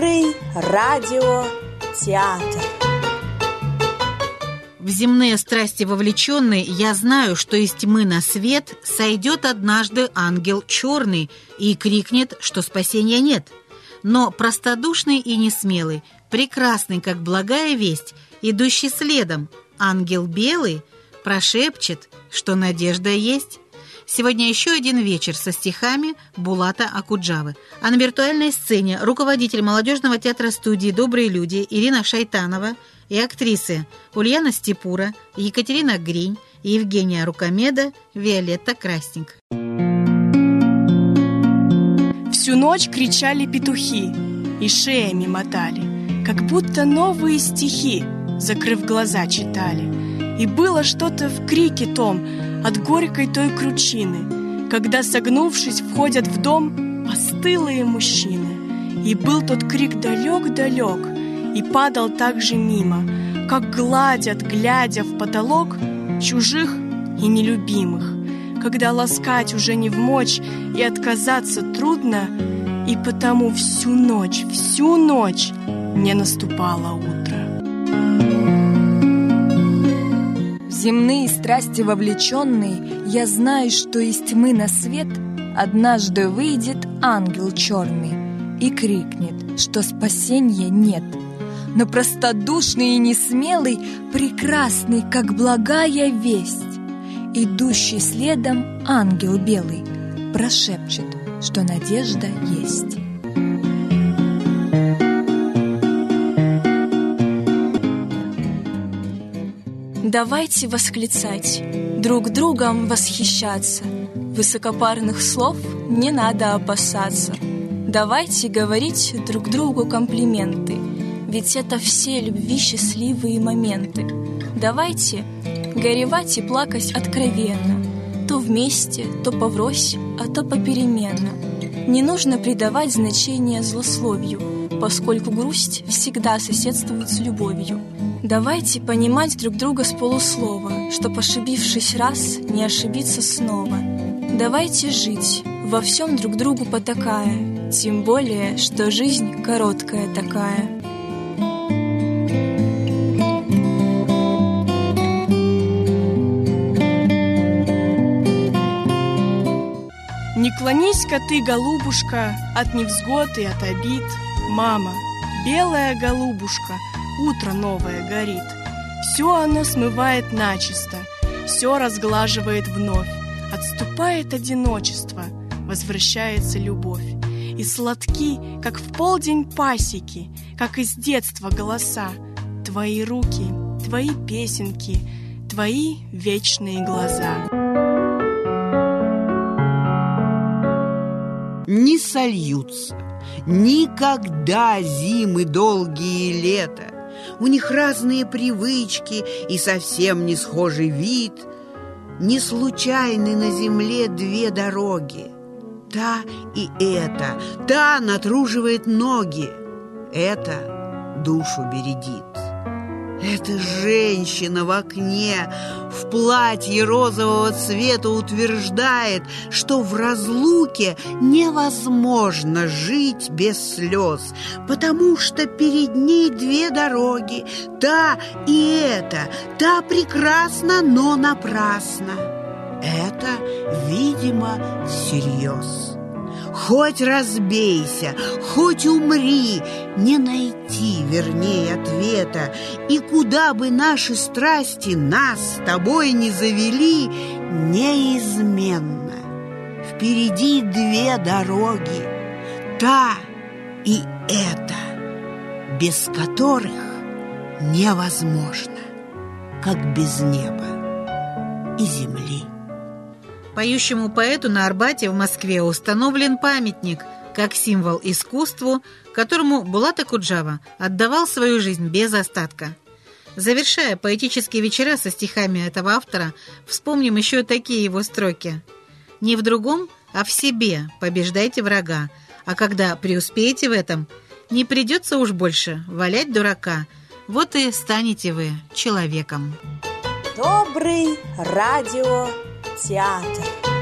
Добрый радиотеатр. В земные страсти вовлеченный, я знаю, что из тьмы на свет сойдет однажды ангел черный и крикнет, что спасения нет. Но простодушный и несмелый, прекрасный, как благая весть, идущий следом, ангел белый прошепчет, что надежда есть. Сегодня еще один вечер со стихами Булата Акуджавы. А на виртуальной сцене руководитель молодежного театра-студии «Добрые люди» Ирина Шайтанова и актрисы Ульяна Степура, Екатерина Гринь и Евгения Рукомеда, Виолетта Красник. Всю ночь кричали петухи и шеями мотали, как будто новые стихи, закрыв глаза, читали. И было что-то в крике том от горькой той кручины, когда, согнувшись, входят в дом постылые мужчины. И был тот крик далек-далек, и падал так же мимо, как гладят, глядя в потолок, чужих и нелюбимых, когда ласкать уже не вмочь и отказаться трудно, и потому всю ночь не наступало утро. В земные страсти вовлеченный, я знаю, что из тьмы на свет однажды выйдет ангел черный и крикнет, что спасения нет. Но простодушный и несмелый, прекрасный, как благая весть, идущий следом ангел белый прошепчет, что надежда есть. Давайте восклицать, друг другом восхищаться, высокопарных слов не надо опасаться. Давайте говорить друг другу комплименты, ведь это все любви счастливые моменты. Давайте горевать и плакать откровенно, то вместе, то поврось, а то попеременно. Не нужно придавать значение злословию, поскольку грусть всегда соседствует с любовью. Давайте понимать друг друга с полуслова, чтоб, ошибившись раз, не ошибиться снова. Давайте жить, во всем друг другу потакая, тем более, что жизнь короткая такая. Не клонись-ка ты, голубушка, от невзгод и от обид. Мама, белая голубушка, утро новое горит. Все оно смывает начисто, все разглаживает вновь. Отступает одиночество, возвращается любовь. И сладки, как в полдень пасеки, как из детства голоса. Твои руки, твои песенки, твои вечные глаза. Не сольются никогда зимы долгие и лета. У них разные привычки и совсем не схожий вид. Не случайны на земле две дороги. Та и эта, та натруживает ноги, эта душу бередит. Эта женщина в окне в платье розового цвета утверждает, что в разлуке невозможно жить без слез, потому что перед ней две дороги, та и эта, та прекрасна, но напрасно. Это, видимо, всерьез. Хоть разбейся, хоть умри, не найти, вернее, ответа. И куда бы наши страсти нас с тобой не завели, неизменно впереди две дороги, та и эта, без которых невозможно, как без неба и земли. Поющему поэту на Арбате в Москве установлен памятник как символ искусству, которому Булат Акуджава отдавал свою жизнь без остатка. Завершая поэтические вечера со стихами этого автора, вспомним еще такие его строки. «Не в другом, а в себе побеждайте врага, а когда преуспеете в этом, не придется уж больше валять дурака, вот и станете вы человеком». Добрый радиотеатр.